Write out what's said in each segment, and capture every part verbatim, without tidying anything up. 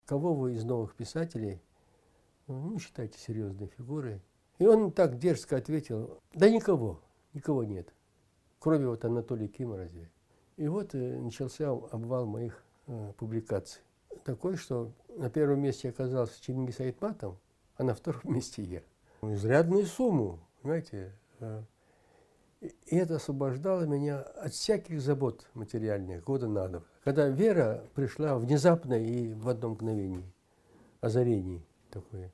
кого вы из новых писателей, ну, считайте серьезной фигурой. И он так дерзко ответил: да никого, никого нет, кроме вот Анатолия Кима разве. И вот э, начался обвал моих э, публикаций. Такой, что на первом месте оказался Чингис Айтматов, а на втором месте я. Изрядную сумму, понимаете. Э, и это освобождало меня от всяких забот материальных года на два. Когда вера пришла внезапно и в одно мгновение, озарение такое.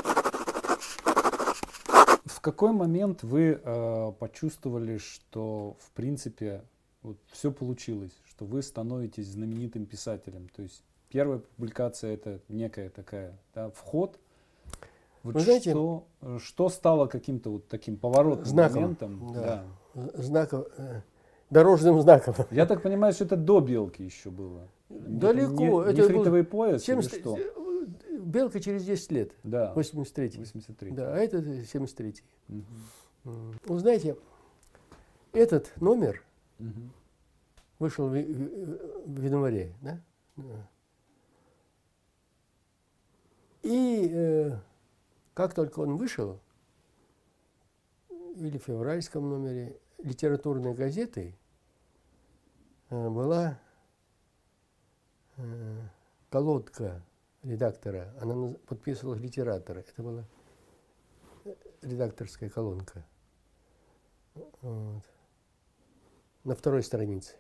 В какой момент вы э, почувствовали, что в принципе вот, все получилось, что вы становитесь знаменитым писателем? То есть первая публикация — это некая такая, да, вход. Вот Вы знаете, что, что стало каким-то вот таким поворотным знаком, моментом? да, Да. Знаком, э, дорожным знаком. Я так понимаю, что это до «Белки» еще было. Далеко. Не, это нефритовый был пояс или семьдесят, что? «Белка» через десять лет. Да. восемьдесят третий. восемьдесят третий. Да, а это семьдесят третий. Угу. Вы знаете, этот номер Угу. вышел в, в, в январе, да? И э, как только он вышел, или в февральском номере литературной газеты э, была э, колодка редактора, она подписывала литератора, это была редакторская колонка. Вот. На второй странице.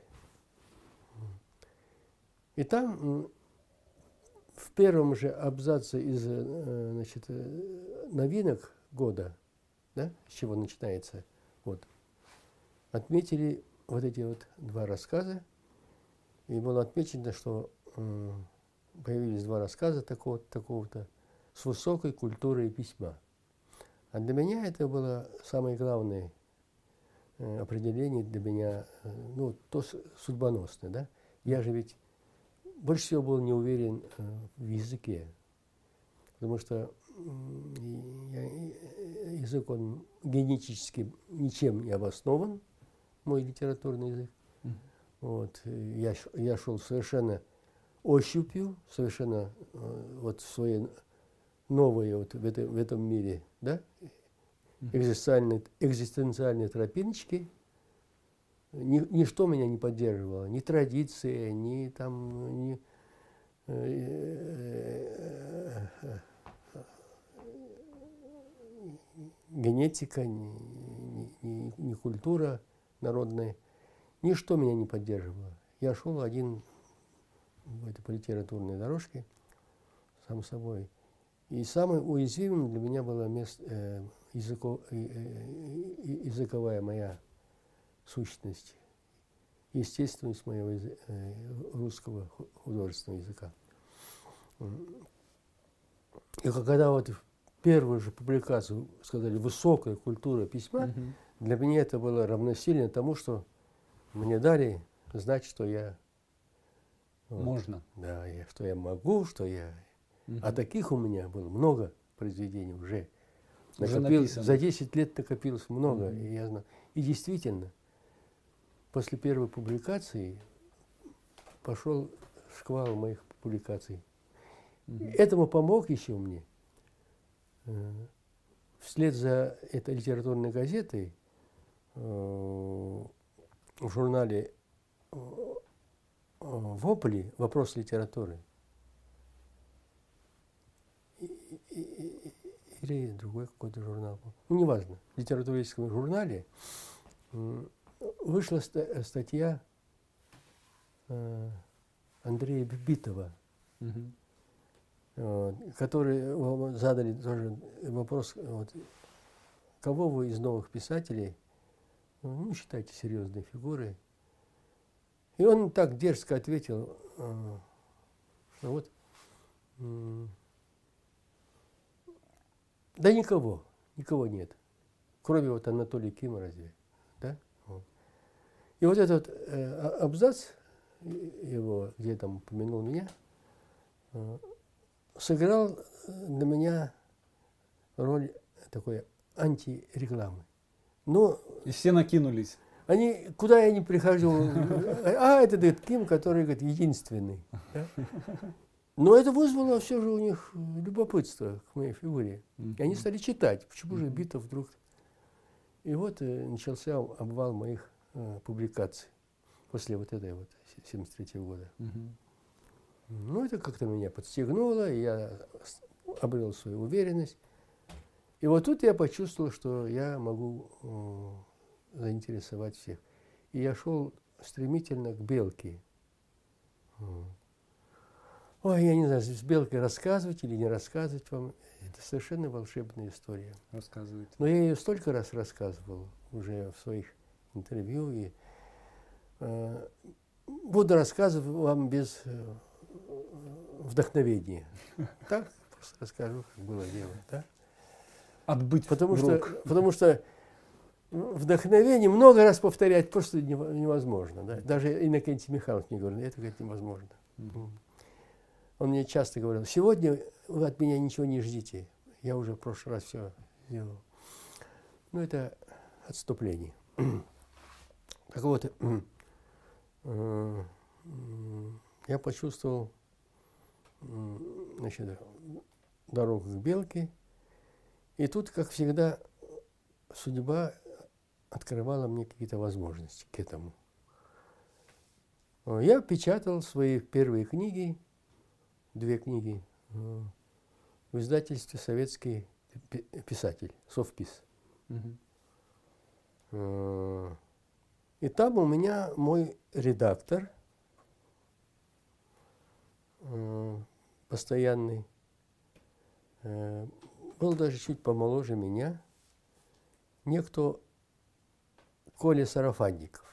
И там в первом же абзаце из значит, новинок года, да, с чего начинается, вот, отметили вот эти вот два рассказа, и было отмечено, что э, появились два рассказа такого-то, такого-то, с высокой культурой письма. А для меня это было самое главное э, определение для меня, э, ну, то судьбоносное, да. Я же ведь больше всего был не уверен э, в языке, потому что э, язык, он генетически ничем не обоснован, мой литературный язык. Mm-hmm. Вот, я, я шел совершенно ощупью, совершенно э, вот в своей новой вот в, это, в этом мире, да, экзистенциальной, экзистенциальной тропиночки. Ни, ничто меня не поддерживало, ни традиция, ни там, ни, э, э, э, генетика, ни, ни, ни культура народная. Ничто меня не поддерживало. Я шел один по литературной дорожке, сам собой. И самым уязвимым для меня было место, э, языко, э, э, языковая моя сущность, естественность моего языка, э, русского художественного языка. И когда вот в первую же публикацию сказали «высокая культура письма», mm-hmm. для меня это было равносильно тому, что мне дали знать, что я… Вот, можно. Да, я, что я могу, что я… Mm-hmm. А таких у меня было много произведений уже. уже Накопил, за десять лет накопилось много. Mm-hmm. И, я знаю, и действительно, после первой публикации пошел шквал моих публикаций. Mm-hmm. Этому помог еще мне. Вслед за этой литературной газетой в журнале «Вопли. Вопрос литературы» или другой какой-то журнал, ну, неважно, в литературоведческом журнале вышла статья Андрея Бибитова, угу. вот, который задали тоже вопрос, вот, кого вы из новых писателей, ну, считайте серьезной фигурой. И он так дерзко ответил, что вот, да никого, никого нет, кроме вот Анатолия Кима разве, да? Вот. И вот этот э, абзац его, где там упомянул меня, э, сыграл для меня роль такой антирекламы. Но и все накинулись. Они, куда я не прихожу, а это, говорит, Ким, который, говорит, единственный. Да? Но это вызвало все же у них любопытство к моей фигуре. Мгм. И они стали читать, почему же Мгм. Битов вдруг. И вот э, начался обвал моих э, публикаций после вот этой вот семьдесят третьего года. Мгм. Ну, это как-то меня подстегнуло, и я с- обрел свою уверенность. И вот тут я почувствовал, что я могу э, заинтересовать всех. И я шел стремительно к Белке. Вот. Ой, я не знаю, с Белкой рассказывать или не рассказывать вам. Это совершенно волшебная история. Рассказывайте. Но я ее столько раз рассказывал уже в своих интервью. И, э, буду рассказывать вам без э, вдохновения. Так, просто расскажу, как было дело. Да? Отбыть Потому, в что, рок. потому что вдохновение много раз повторять просто невозможно. Да? Даже Иннокентий Михайлович мне говорил, это говорит, невозможно. Мгм. Он мне часто говорил, сегодня вы от меня ничего не ждите. Я уже в прошлый раз все сделал. Ну, это отступление. Так вот, э, я почувствовал, значит, дорогу к Белке. И тут, как всегда, судьба открывала мне какие-то возможности к этому. Я печатал свои первые книги, две книги, в издательстве «Советский писатель», «Совпис». Мгм. И там у меня мой редактор, постоянный, был даже чуть помоложе меня, некто Коля Сарафанников.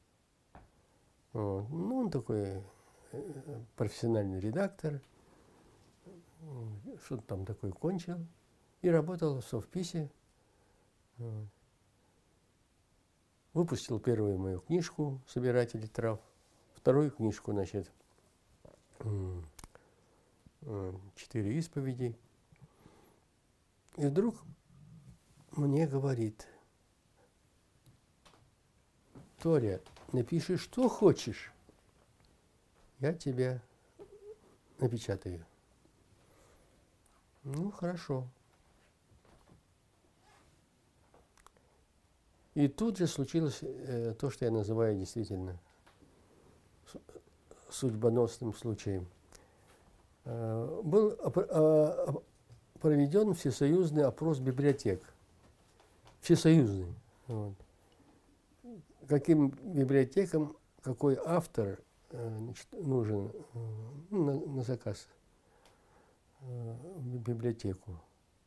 Вот. Ну, он такой профессиональный редактор, что-то там такое кончил, и работал в Совписе. Вот. Выпустил первую мою книжку «Собиратели трав», вторую книжку, значит, «Четыре исповеди». И вдруг мне говорит: Толя, напиши, что хочешь, я тебя напечатаю. Ну, хорошо. И тут же случилось э, то, что я называю действительно судьбоносным случаем. Э, был оп- э, проведен всесоюзный опрос библиотек. Всесоюзный. Вот. Каким библиотекам какой автор э, значит, нужен э, на, на заказ э, в библиотеку.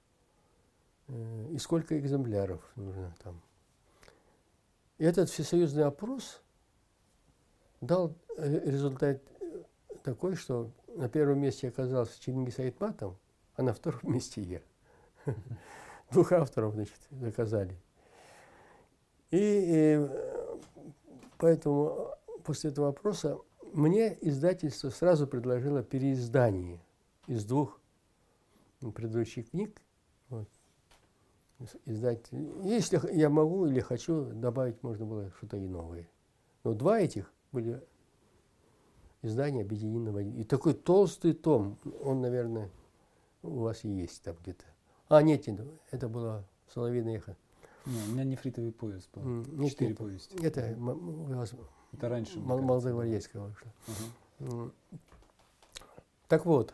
Э, и сколько экземпляров нужно там. И этот всесоюзный опрос дал результат такой, что на первом месте оказался Чингис Айтматов, а на втором месте я. Двух авторов, значит, заказали. И, и поэтому после этого вопроса мне издательство сразу предложило переиздание из двух предыдущих книг. Вот, издать. Если я могу или хочу, добавить можно было что-то и новое. Но два этих были издания объединены в один. И такой толстый том, он, наверное, у вас и есть там где-то. А, нет, это было «Соловьиное эхо». Не, у меня нефритовый поезд был. Нет, Четыре нет, повести. это, м- у вас Это раньше. Мол- Молдогвардейская вышла. Угу. Так вот,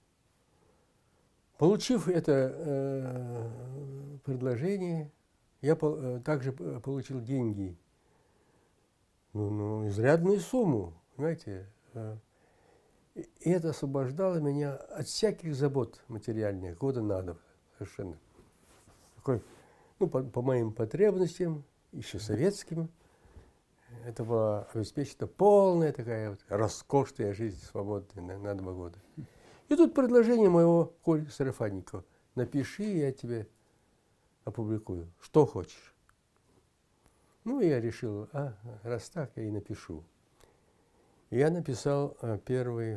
получив это э, предложение, я по, э, также получил деньги, ну, ну, изрядную сумму, понимаете. Э, и это освобождало меня от всяких забот материальных, года на два совершенно. Такой, ну, по, по моим потребностям, еще советским, это была обеспечена полная такая вот роскошная жизнь свободная на, на два года. И тут предложение моего Коли Сарафанникова: напиши, я тебе опубликую, что хочешь. Ну, я решил, а, раз так, я и напишу. И я написал а, первый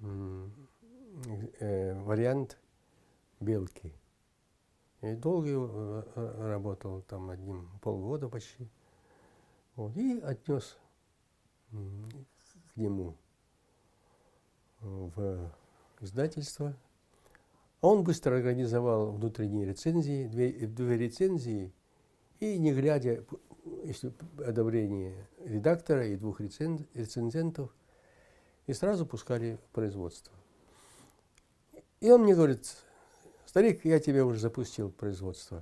э, вариант «Белки». И долго э, работал, там одним полгода почти. Вот, и отнес к нему в издательства. Он быстро организовал внутренние рецензии, две, две рецензии, и не глядя, если одобрение редактора и двух рецен, рецензентов, и сразу пускали в производство. И он мне говорит: старик, я тебя уже запустил в производство.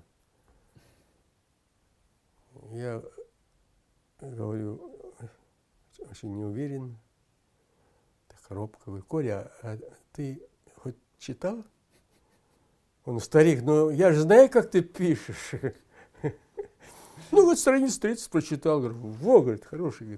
Я говорю, очень не уверен, так робко говорю: Коля, а ты хоть читал? Он: старик, ну я же знаю, как ты пишешь. Ну вот страниц тридцать прочитал, говорю: во, говорит, хороший.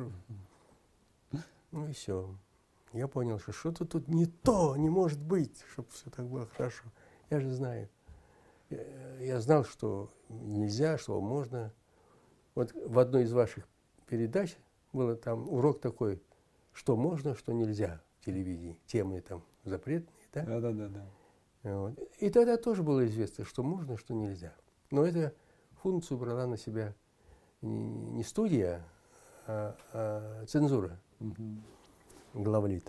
Ну и все. Я понял, что что-то тут не то, не может быть, чтобы все так было хорошо. Я же знаю. Я знал, что нельзя, что можно. Вот в одной из ваших передач был там урок такой, что можно, что нельзя в телевидении. Темы там запретные, да? Да, да, да, да. Вот. И тогда тоже было известно, что можно, что нельзя. Но эту функцию брала на себя не студия, а, а цензура, угу. Главлит.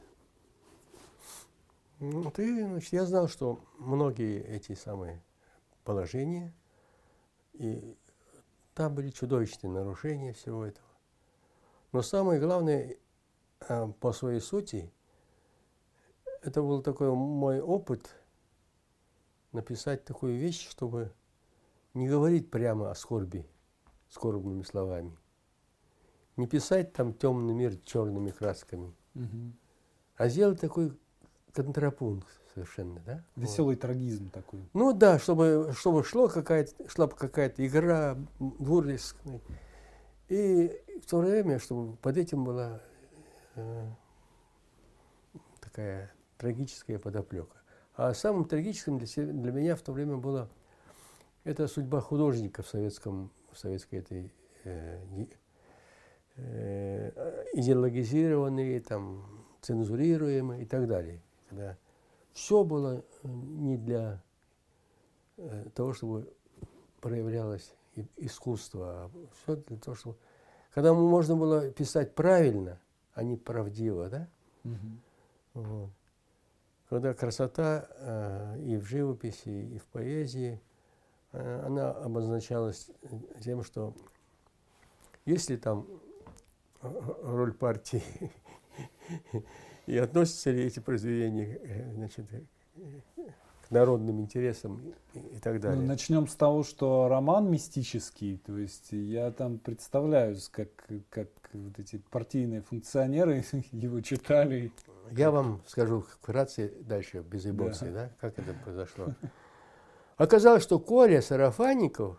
Вот и, значит, я знал, что многие эти самые положения, и там были чудовищные нарушения всего этого. Но самое главное, по своей сути, это был такой мой опыт написать такую вещь, чтобы не говорить прямо о скорби, скорбными словами. Не писать там темный мир черными красками, угу. А сделать такой контрапункт совершенно, да? Веселый вот. Трагизм такой. Ну да, чтобы, чтобы шло какая-то, шла какая-то игра, бурлеская. И в то время, чтобы под этим была э, такая трагическая подоплека. А самым трагическим для, себя, для меня в то время была это судьба художника в советском, в советской этой э, э, идеологизированные, там, цензурируемые и так далее. Когда все было не для э, того, чтобы проявлялось искусство, а все для того, чтобы... Когда можно было писать правильно, а не правдиво, да? Угу. Вот. Когда красота э, и в живописи, и в поэзии, э, она обозначалась тем, что если там роль партии и относятся ли эти произведения, значит, к народным интересам и, и так далее. Ну, начнем с того, что роман мистический, то есть я там представляюсь, как, как вот эти партийные функционеры его читали. Я вам скажу вкратце дальше, без эмоций, да. Да, как это произошло. Оказалось, что Коля Сарафанников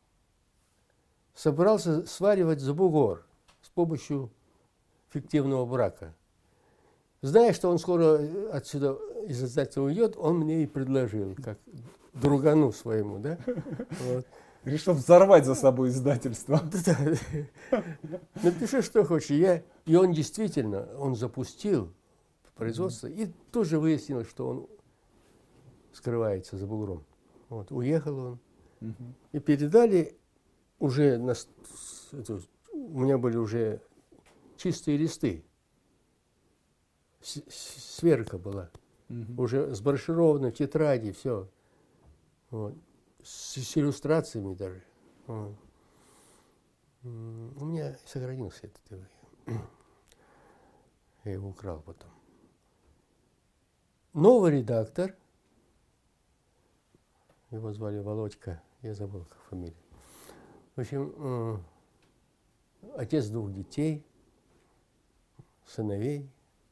собрался сваривать забугор с помощью фиктивного брака. Зная, что он скоро отсюда из издательства уйдет, он мне и предложил, как другану своему, да. Вот. Решил взорвать за собой издательство. Да. Напиши, что хочешь. Я... И он действительно, он запустил производство, и тоже выяснилось, что он скрывается за бугром. Вот. Уехал он. И передали уже, на... у меня были уже чистые листы. Сверка была, угу. Уже сброширована в тетради, все. Вот. С, с иллюстрациями даже. Вот. У меня сохранился этот. Я его украл потом. Новый редактор, его звали Володька, я забыл, как фамилия. В общем, отец двух детей, сыновей.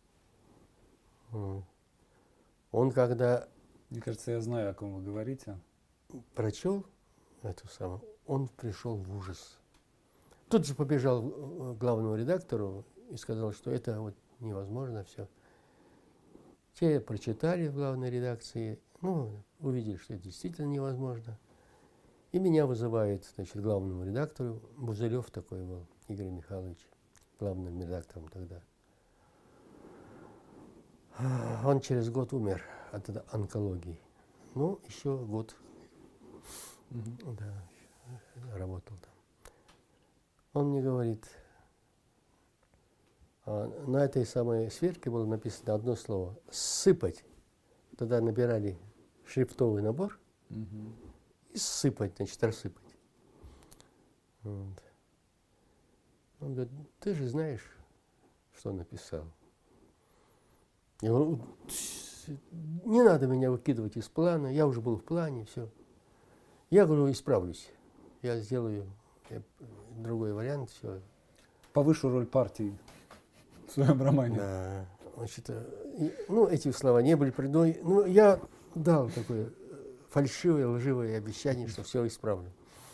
Он когда... Мне кажется, я знаю, о ком вы говорите. Прочел эту самую, он пришел в ужас. Тут же побежал к главному редактору и сказал, что это вот невозможно все. Те прочитали в главной редакции, ну, увидели, что это действительно невозможно. И меня вызывает, значит, главному редактору, Бузылев такой был, Игорь Михайлович, главным редактором тогда. Он через год умер от онкологии. Ну, еще год угу. Да, работал там. Он мне говорит, на этой самой сверке было написано одно слово – «сыпать». тогда набирали шрифтовый набор Мгм. и сыпать, значит, рассыпать. Вот. Он говорит, ты же знаешь, что написал. Я говорю, не надо меня выкидывать из плана, я уже был в плане, все. Я говорю, исправлюсь, я сделаю я, другой вариант, все. Повышу роль партии в своем романе. Да, значит, и, ну, эти слова не были предой. Ну, я дал такое фальшивое, лживое обещание, что все исправлю.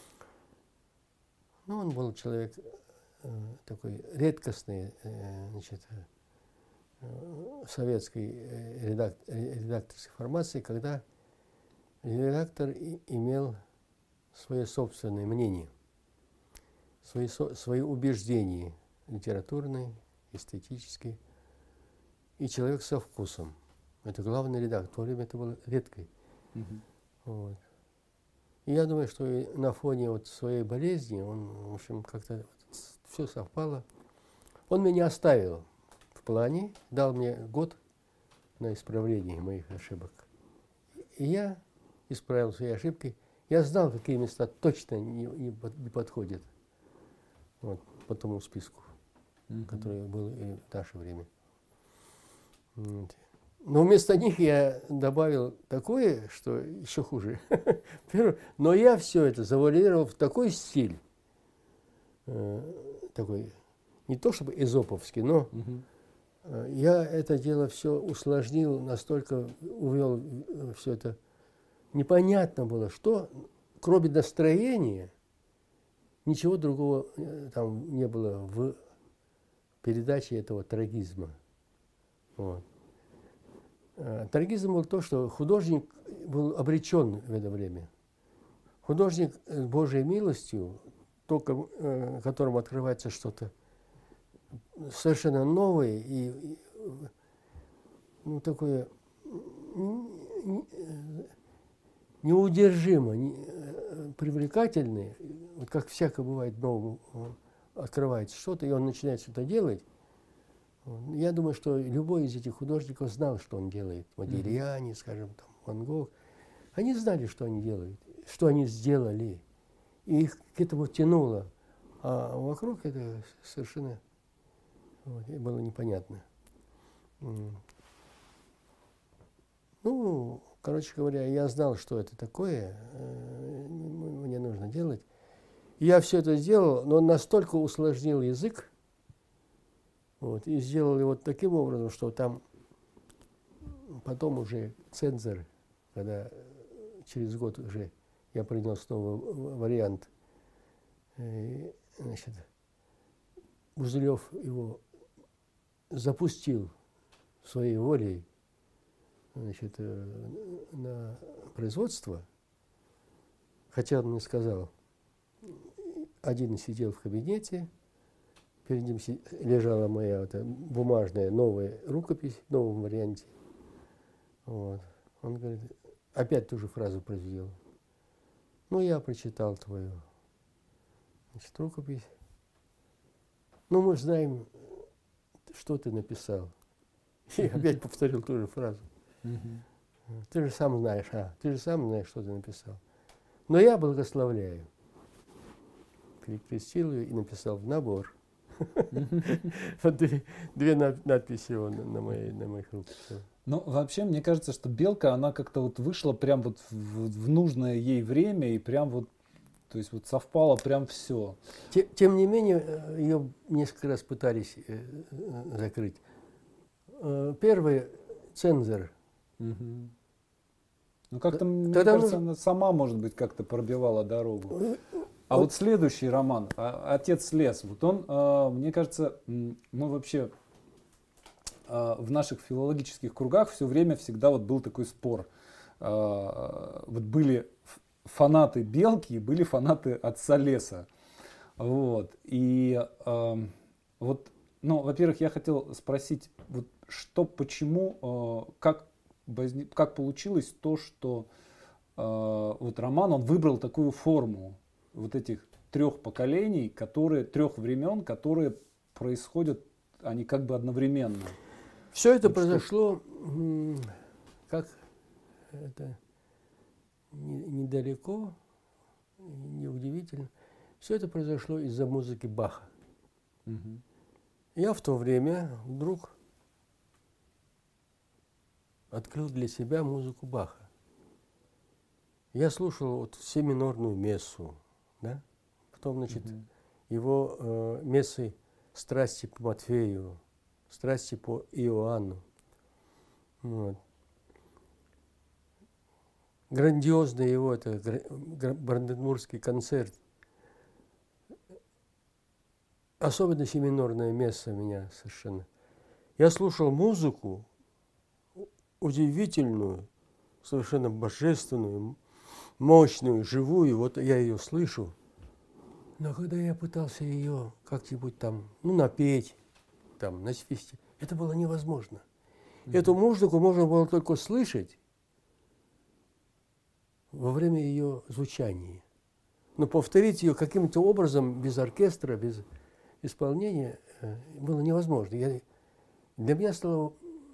Ну, он был человек э, такой редкостный, э, значит, э, советской э, редак, редакторской формации, когда редактор и, имел свое собственное мнение, свои, со, свои убеждения литературные, эстетические, и человек со вкусом. Это главный редактор. В то время это было редкой. Мгм. Вот. И я думаю, что и на фоне вот своей болезни, он, в общем, как-то все совпало. Он меня оставил в плане, дал мне год на исправление моих ошибок. И я исправил свои ошибки. Я знал, какие места точно не, не, не подходят вот, по тому списку, Мгм. который был и в наше время. Вот. Но вместо них я добавил такое, что еще хуже. Но я все это завуалировал в такой стиль, э, такой, не то чтобы эзоповский, но Мгм. э, я это дело все усложнил, настолько увел все это. Непонятно было, что, кроме настроения, ничего другого э, там не было в передаче этого трагизма. Вот. Трагизм был то, что художник был обречен в это время. Художник с Божьей милостью, только э, которому открывается что-то совершенно новое и, и ну, такое неудержимо, не, привлекательное, вот как всякое бывает новому, открывается что-то, и он начинает что-то делать. Я думаю, что любой из этих художников знал, что он делает. Модильяни, скажем, там, Ван Гог. Они знали, что они делают, что они сделали. И их к этому тянуло. А вокруг это совершенно вот, было непонятно. Ну, короче говоря, я знал, что это такое, мне нужно делать. И я все это сделал, но настолько усложнил язык, вот, и сделал его таким образом, что там потом уже цензор, когда через год уже я принес новый вариант, и, значит, Узлев его запустил своей волей, значит, на производство, хотя он мне сказал, один сидел в кабинете, перед ним лежала моя вот, бумажная новая рукопись в новом варианте. Вот. Он говорит, опять ту же фразу произвел. Ну, я прочитал твою, значит, рукопись. Ну, мы же знаем, что ты написал. И опять повторил ту же фразу. Ты же сам знаешь, а, ты же сам знаешь, что ты написал. Но я благословляю. Перекрестил ее и написал в набор. Две, две надписи на, моей, на моих руках. Ну, вообще, мне кажется, что Белка, она как-то вот вышла прям вот в, в нужное ей время и прям вот, то есть вот совпало прям все. Тем, тем не менее, ее несколько раз пытались закрыть. Первый цензор. Угу. Ну, как-то, мне Тогда кажется, нужно... она сама, может быть, как-то пробивала дорогу. А вот, вот следующий роман, «Отец лес», вот он, мне кажется, мы вообще в наших филологических кругах все время всегда вот был такой спор. Вот были фанаты Белки и были фанаты «Отца леса». Вот. И вот, ну, во-первых, я хотел спросить, вот что, почему, как, как получилось то, что вот роман, он выбрал такую форму вот этих трех поколений, которые, трех времен, которые происходят, они как бы одновременно. Все это вот произошло, что? как это не- недалеко, неудивительно. Все это произошло из-за музыки Баха. Мгм. Я в то время вдруг открыл для себя музыку Баха. Я слушал вот семинорную мессу, да? Потом, значит, Мгм. его э, мессы «Страсти по Матфею», «Страсти по Иоанну». Вот. Грандиозный его это гра- гра- Бранденбургский концерт. Особенно семинорная месса меня совершенно. Я слушал музыку удивительную, совершенно божественную, мощную, живую. Вот я ее слышу. Но когда я пытался ее как-нибудь там, ну, напеть, там, насвистеть, это было невозможно. Эту музыку можно было только слышать во время ее звучания. Но повторить ее каким-то образом, без оркестра, без исполнения, э, было невозможно. Я, для меня стало...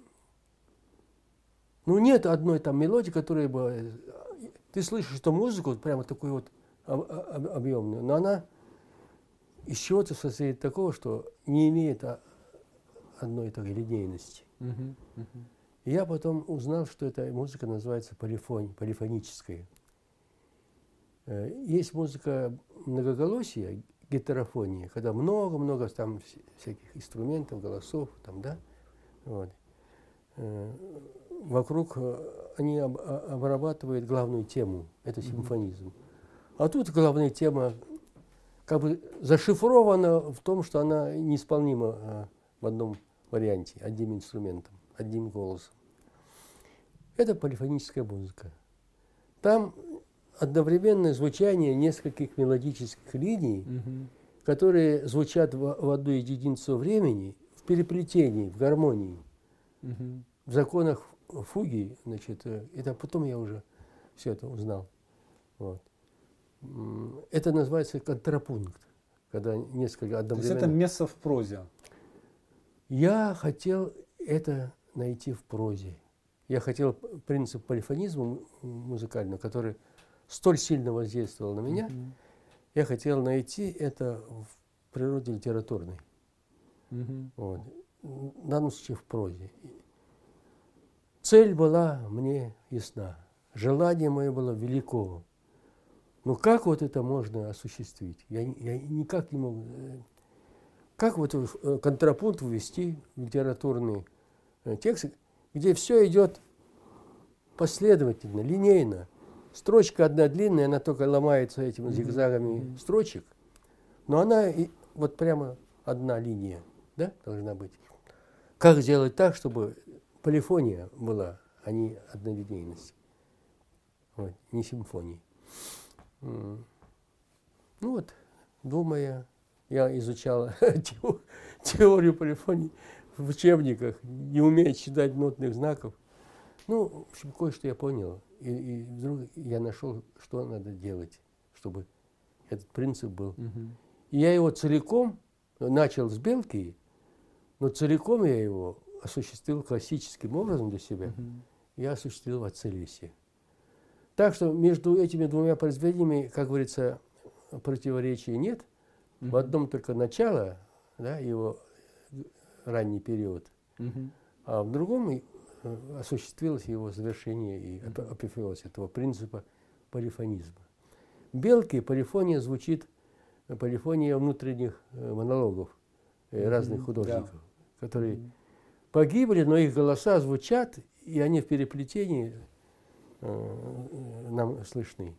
Ну, нет одной там мелодии, которая бы... э, Ты слышишь эту музыку, вот прямо такую вот об- об- объемную, но она из чего-то состоит такого, что не имеет а, одной такой линейности. Мгм. Мгм. И я потом узнал, что эта музыка называется полифон, полифоническая. Э, Есть музыка многоголосия, гетерофония, когда много-много там вс- всяких инструментов, голосов, там, да, вот. Э, Вокруг э, они об- а- обрабатывают главную тему, это Мгм. симфонизм. А тут главная тема как бы зашифрована в том, что она неисполнима э, в одном варианте, одним инструментом, одним голосом. Это полифоническая музыка. Там одновременное звучание нескольких мелодических линий, Мгм. которые звучат в, в одну единицу времени, в переплетении, в гармонии, Мгм. в законах фуги. Значит, э, это потом я уже все это узнал. Вот. М, Это называется контрапункт, когда несколько То есть одновременно... это месса в прозе. Я хотел это найти в прозе. Я хотел принцип полифонизма музыкального, который столь сильно воздействовал на меня. Мгм. Я хотел найти это в природе литературной. Мгм. Вот. В данном случае в прозе. Цель была мне ясна. Желание мое было велико. Но как вот это можно осуществить? Я, я никак не мог... э, Как вот э, контрапункт ввести в литературный э, текст, где все идет последовательно, линейно. Строчка одна длинная, она только ломается этими Мгм. зигзагами Мгм. строчек, но она и вот прямо одна линия, да, должна быть. Как сделать так, чтобы полифония была, а не однолинейность, вот, не симфония. М. Ну вот, думая, я изучал тео- теорию полифонии в учебниках, не умея читать нотных знаков. Ну, в общем, кое-что я понял. И, и вдруг я нашел, что надо делать, чтобы этот принцип был. Мгм. И я его целиком начал с белки, но целиком я его осуществил классическим образом для себя. Мгм. Я осуществил в Ацелисе. Так что между этими двумя произведениями, как говорится, противоречий нет. В Мгм. одном только начало, да, его ранний период, Мгм. а в другом и, э, осуществилось его завершение и Мгм. ап- апофеоз этого принципа полифонизма. В «Белке» полифония звучит, э, полифония внутренних э, монологов э, Мгм. разных Да. художников, которые Мгм. погибли, но их голоса звучат, и они в переплетении э, э, нам слышны.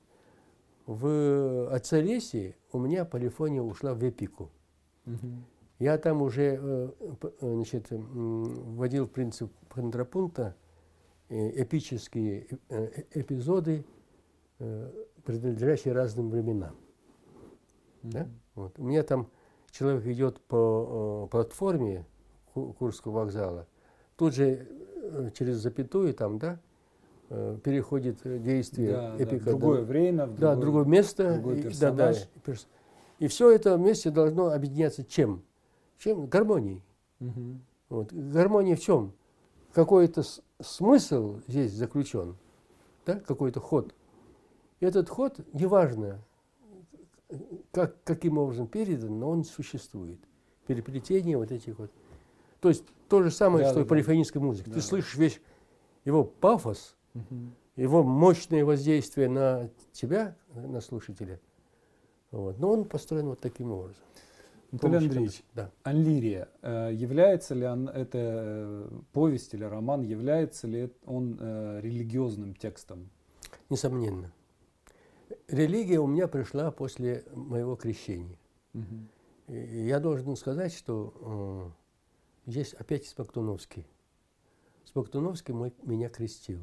В «Ацелесе» у меня полифония ушла в эпику. Мгм. Я там уже э, п- э, значит, м, вводил принцип контрапункта, э, эпические э, э, эпизоды, э, принадлежащие разным временам. Да? Мгм. Вот. У меня там человек идет по э, платформе Ку- Курского вокзала, тут же э, через запятую там, да, э, переходит э, действие Да, да, в эпика. другое до- время, в да, другой, другое место. другой и, да, да, персонаж. и перс- и все это вместе должно объединяться чем? Чем? Гармонией. Мгм. Вот. Гармония в чем? Какой-то с- смысл здесь заключен. да, какой-то ход. И этот ход, неважно, как, каким образом передан, но он существует. Переплетение вот этих вот. То есть то же самое, да, что да, и в полифонической музыке. Да. Ты слышишь весь его пафос, Угу. его мощное воздействие на тебя, на слушателя. Вот. Но он построен вот таким образом. Анатолий Андреевич, да. Анлирия, э, является ли он, это э, повесть или роман, является ли он э, религиозным текстом? Несомненно. Религия у меня пришла после моего крещения. Угу. И я должен сказать, что э, здесь опять Смоктуновский. Смоктуновский мой, меня крестил.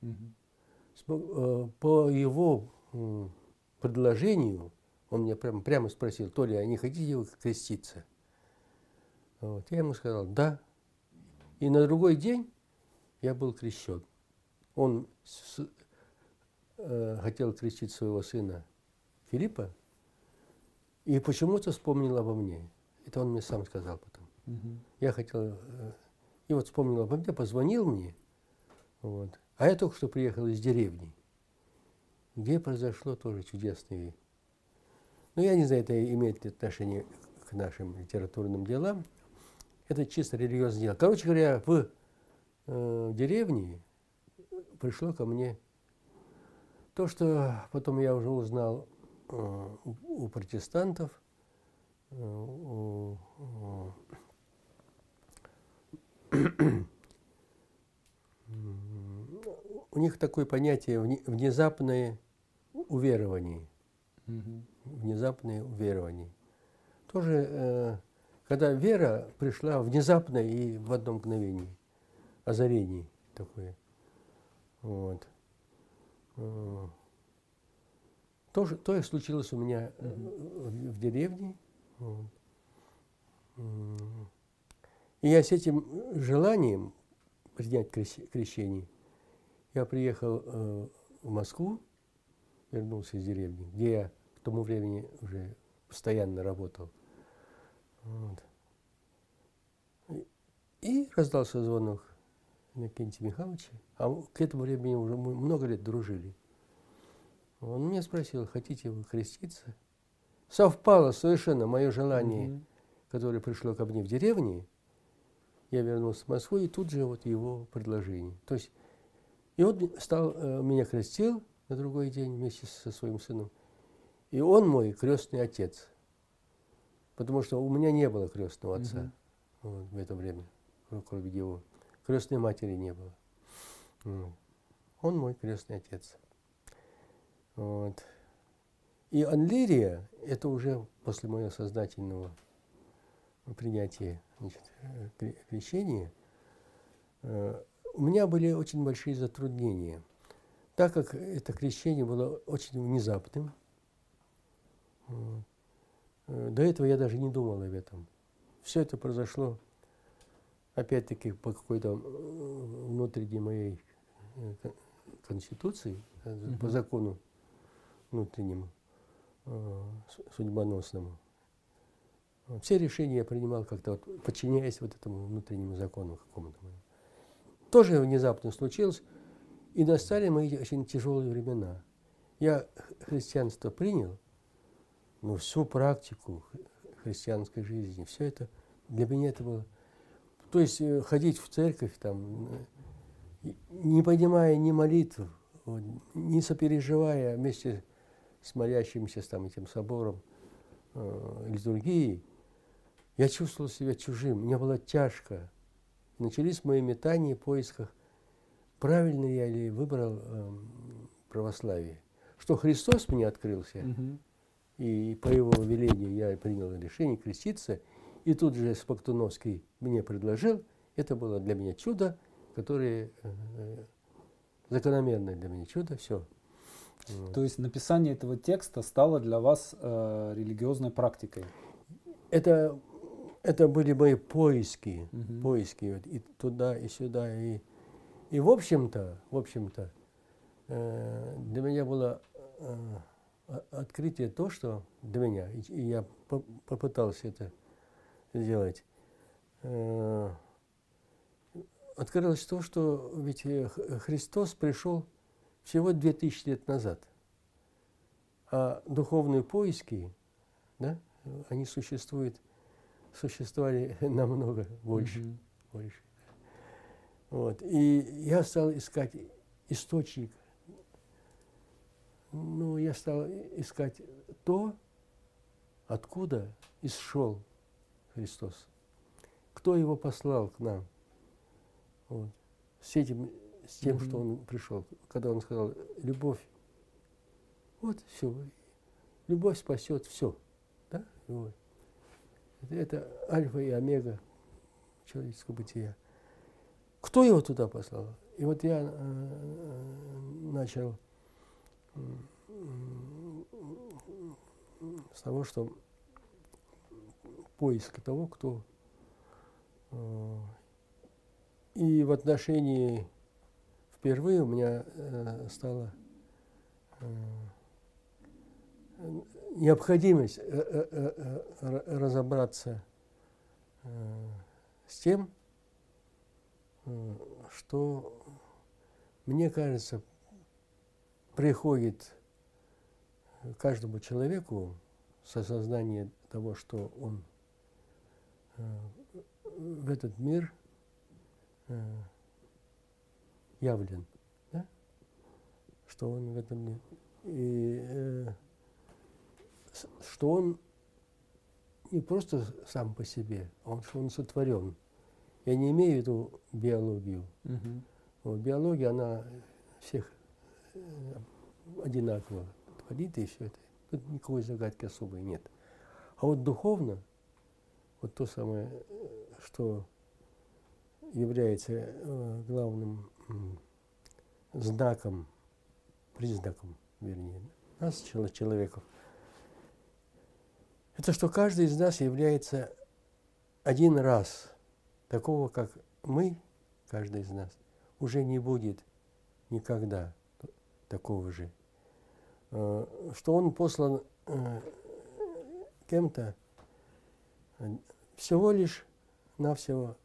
Угу. По его предложению, он меня прямо, прямо спросил: Толя, а не хотите вы креститься? Вот. Я ему сказал: да. И на другой день я был крещен. Он с, э, хотел крестить своего сына Филиппа, и почему-то вспомнил обо мне. Это он мне сам сказал потом. Угу. Я хотел... Э, и вот вспомнил обо мне, позвонил мне. Вот. А я только что приехал из деревни, где произошло тоже чудесное. Но я не знаю, это имеет ли отношение к нашим литературным делам. Это чисто религиозное дело. Короче говоря, в э, деревне пришло ко мне то, что потом я уже узнал э, у, у протестантов, э, у, у, у них такое понятие внезапное уверование. Mm-hmm. Внезапное уверование. Тоже, э, когда вера пришла внезапно и в одно мгновение, озарение такое. Вот. То, то и случилось у меня mm-hmm. в, в деревне. Вот. И я с этим желанием принять крещение, я приехал э, в Москву, вернулся из деревни, где я к тому времени уже постоянно работал. Вот. И, и раздался звонок Иннокентия Михайловича, а к этому времени уже мы много лет дружили. Он меня спросил: хотите вы креститься? Совпало совершенно мое желание, mm-hmm. которое пришло ко мне в деревне. Я вернулся в Москву, и тут же вот его предложение. То есть, и он стал, э, меня крестил на другой день вместе со своим сыном. И он мой крестный отец. Потому что у меня не было крестного отца mm-hmm. вот, в это время, кроме его. Крестной матери не было. Вот. Он мой крестный отец. Вот. И Анлирия, это уже после моего сознательного принятия, значит, крещения, э, у меня были очень большие затруднения, так как это крещение было очень внезапным. Вот. До этого я даже не думал об этом. Все это произошло, опять-таки, по какой-то внутренней моей конституции, mm-hmm. по закону внутреннему, судьбоносному. Все решения я принимал как-то, вот, подчиняясь вот этому внутреннему закону какому-то. Тоже внезапно случилось, и настали мои очень тяжелые времена. Я христианство принял, но всю практику христианской жизни, все это, для меня это было... То есть ходить в церковь, там, не понимая ни молитв, вот, не сопереживая вместе с молящимся там, этим собором э, литургии, я чувствовал себя чужим, мне было тяжко. Начались мои метания в поисках, правильно я ли выбрал э, православие. Что Христос мне открылся, mm-hmm. и по его велению я принял решение креститься, и тут же Смоктуновский мне предложил, это было для меня чудо, которое э, закономерное для меня чудо, все. То есть написание этого текста стало для вас э, религиозной практикой? Это, это были мои поиски, угу. поиски вот, и туда, и сюда. И, и в общем-то, в общем-то э, для меня было э, открытие то, что для меня, и, и я по попытался это сделать, э, открылось то, что ведь Христос пришел всего две тысячи лет назад. А духовные поиски, да, они существуют, существовали намного больше. Mm-hmm. больше. Вот. И я стал искать источник. Ну, я стал искать то, откуда исшел Христос. Кто его послал к нам? Вот. С этим, с тем, mm-hmm. что он пришел. Когда он сказал, любовь. Вот все. Любовь спасет все. Да? Вот. Это, это альфа и омега человеческого бытия. Кто его туда послал? И вот я э, начал э, с того, что поиск того, кто э, и в отношении впервые у меня э, стала э, необходимость э, э, э, разобраться э, с тем, э, что, мне кажется, приходит каждому человеку с осознанием того, что он э, в этот мир э, явлен, да? Что он в этом мире, и э, что он не просто сам по себе, а он, что он сотворен. Я не имею в виду биологию. Uh-huh. Вот, биология, она всех э, одинаково творит, и все это. Тут никакой загадки особой нет. А вот духовно, вот то самое, что является э, главным э, знаком, признаком, вернее, нас, человеков, это что каждый из нас является один раз такого, как мы, каждый из нас, уже не будет никогда такого же. Что он послан кем-то всего лишь навсего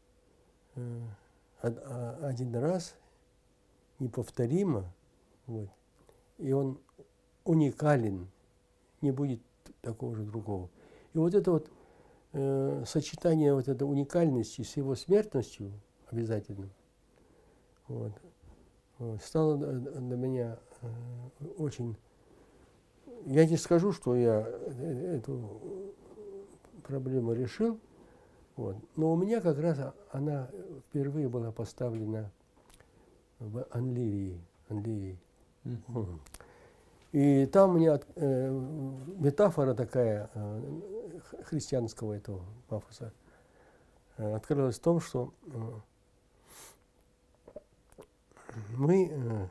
один раз, неповторимо, вот, и он уникален, не будет такого же другого. И вот это вот э, сочетание вот этой уникальности с его смертностью обязательным, вот, вот, стало для меня э, очень... Я не скажу, что я эту проблему решил, вот, но у меня как раз она впервые была поставлена в Анливии. Анливии. Mm-hmm. И там у меня э, метафора такая э, христианского этого пафоса э, открылась в том, что э, мы, э,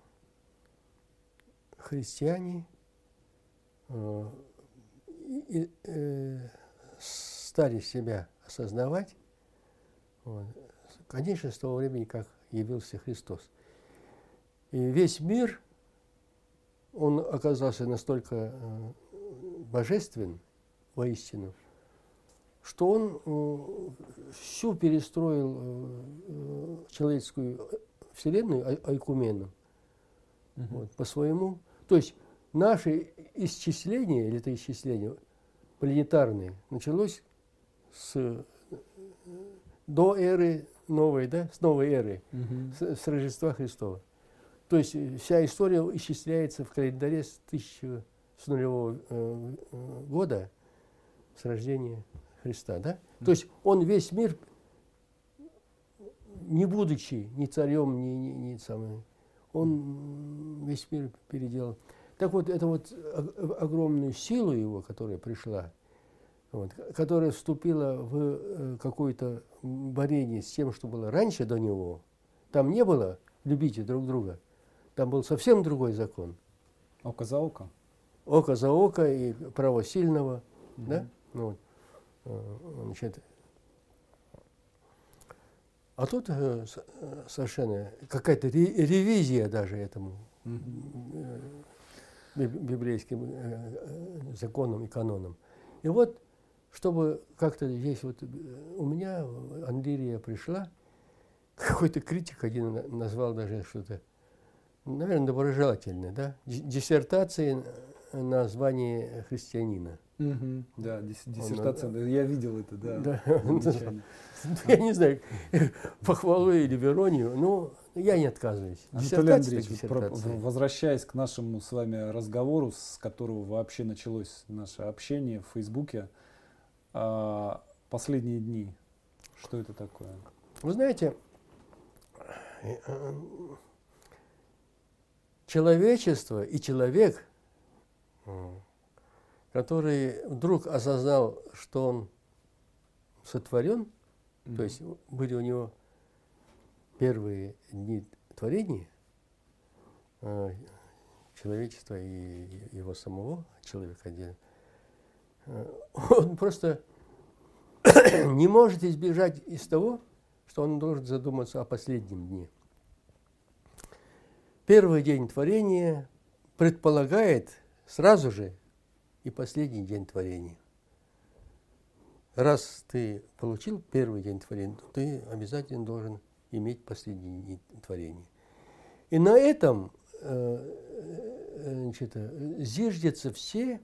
христиане, э, и, э, стали себя осознавать, вот, конечно, с того времени, как явился Христос. И весь мир, он оказался настолько э, божествен, воистину, что он э, всю перестроил э, человеческую вселенную, а, айкумену, uh-huh. вот, по своему. То есть наше исчисление, или это исчисление планетарное, началось с, до эры новой, да, с новой эры, uh-huh. с, с Рождества Христова. То есть вся история исчисляется в календаре с тысячи с нулевого э, года, с рождения Христа, да? Mm-hmm. То есть он весь мир, не будучи ни царем, ни, ни, ни самым, он весь мир переделал. Так вот, это вот огромную силу его, которая пришла, вот, которая вступила в какое-то борение с тем, что было раньше до него, там не было «любите друг друга». Там был совсем другой закон. Око за око. Око за око и право сильного. Mm-hmm. Да? Ну, вот, значит, а тут э, совершенно какая-то ре- ревизия даже этому mm-hmm. э, библейским э, законам и канонам. И вот, чтобы как-то здесь вот у меня Анлирия пришла, какой-то критик один назвал даже что-то наверное, доброжелательно, да? Диссертации на звание христианина. Угу. Да, диссертация, он, я видел это, да. Да. Я не знаю, похвалу или веронию, но я не отказываюсь. Анатолий Андреевич, возвращаясь к нашему с вами разговору, с которого вообще началось наше общение в Фейсбуке, последние дни, что это такое? Вы знаете, человечество и человек, который вдруг осознал, что он сотворен, mm-hmm. то есть были у него первые дни творения э, человечества и его самого, человека отдельно, э, он просто не может избежать из того, что он должен задуматься о последнем дне. Первый день творения предполагает сразу же и последний день творения. Раз ты получил первый день творения, то ты обязательно должен иметь последний день творения. И на этом э, значит, зиждятся все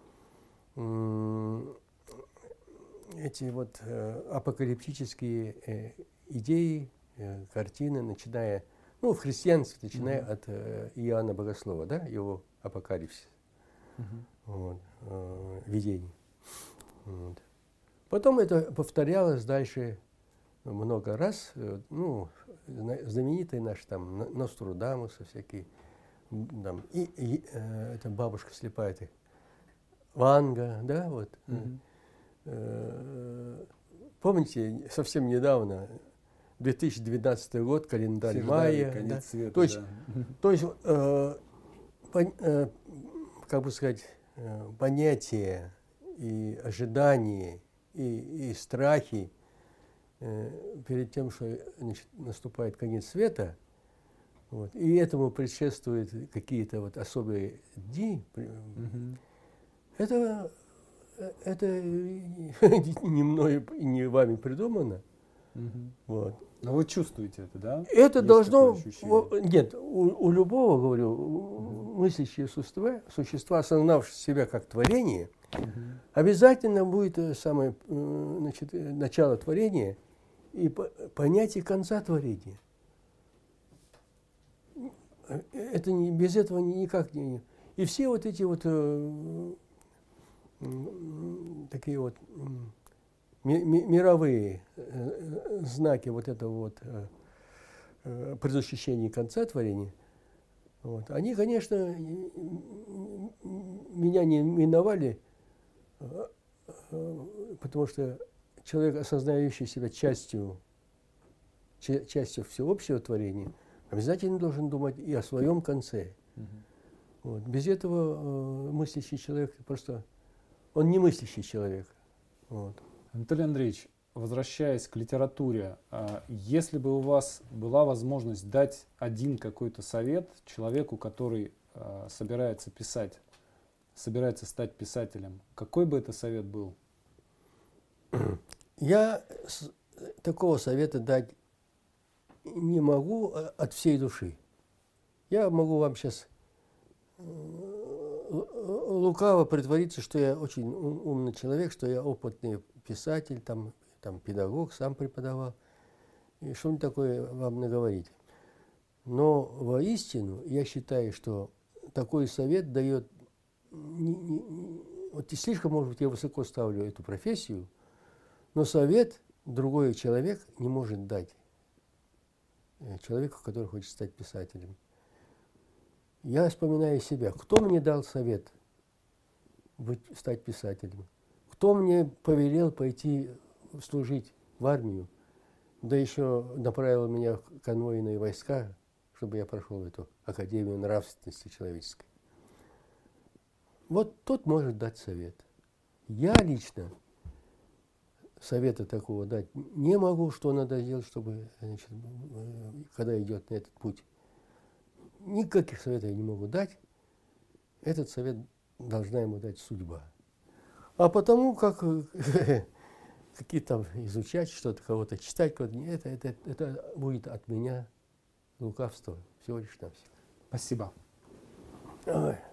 э, эти вот э, апокалиптические э, идеи, э, картины, начиная, ну, в христианстве, начиная mm-hmm. от э, Иоанна Богослова, да, его апокалипсис, mm-hmm. вот, э, видений. Вот. Потом это повторялось дальше много раз. Ну, знаменитые наши там Нострадамусы всякие, там, и, и э, это бабушка слепая, это Ванга, да, вот. Mm-hmm. Э, помните, совсем недавно, две тысячи двенадцатый год, календарь Все майя. Ждали, да? света, то есть, да. то есть э, пон, э, как бы сказать, э, понятие и ожидание, И, и страхи э, перед тем, что, значит, наступает конец света, вот, и этому предшествуют какие-то вот особые дни, mm-hmm. это, это не мной и не вами придумано. Mm-hmm. Вот. Но вы чувствуете это, да? Это Есть должно... Нет, у, у любого, говорю, mm-hmm. мыслящие существа, существа, осознавшие себя как творение, Uh-huh. обязательно будет самое, значит, начало творения и понятие конца творения. Это не, без этого никак не... И все вот эти вот э, такие вот ми, ми, мировые э, знаки вот этого вот э, предзащищения конца творения, вот, они, конечно, меня не миновали, потому что человек, осознающий себя частью, частью всеобщего творения, обязательно должен думать и о своем конце. Uh-huh. Вот. Без этого э, мыслящий человек просто, он не мыслящий человек. Вот. Анатолий Андреевич, возвращаясь к литературе, э, если бы у вас была возможность дать один какой-то совет человеку, который э, собирается писать, собирается стать писателем, какой бы это совет был? Я с, такого совета дать не могу от всей души. Я могу вам сейчас лукаво притвориться, что я очень умный человек, что я опытный писатель, там, там педагог, сам преподавал, и что-нибудь такое вам наговорить. Но воистину я считаю, что такой совет дает... Не, не, вот и слишком, может быть, я высоко ставлю эту профессию, но совет другой человек не может дать человеку, который хочет стать писателем. Я вспоминаю себя. Кто мне дал совет быть, стать писателем? Кто мне повелел пойти служить в армию? Да еще направил меня в конвойные войска, чтобы я прошел эту Академию нравственности человеческой. Вот тот может дать совет. Я лично совета такого дать не могу, что надо сделать, чтобы, значит, когда идет на этот путь. Никаких советов я не могу дать. Этот совет должна ему дать судьба. А потому как какие там изучать что-то, кого-то читать, кого-то, это, это, это будет от меня лукавство всего лишь навсего. Спасибо. Ой.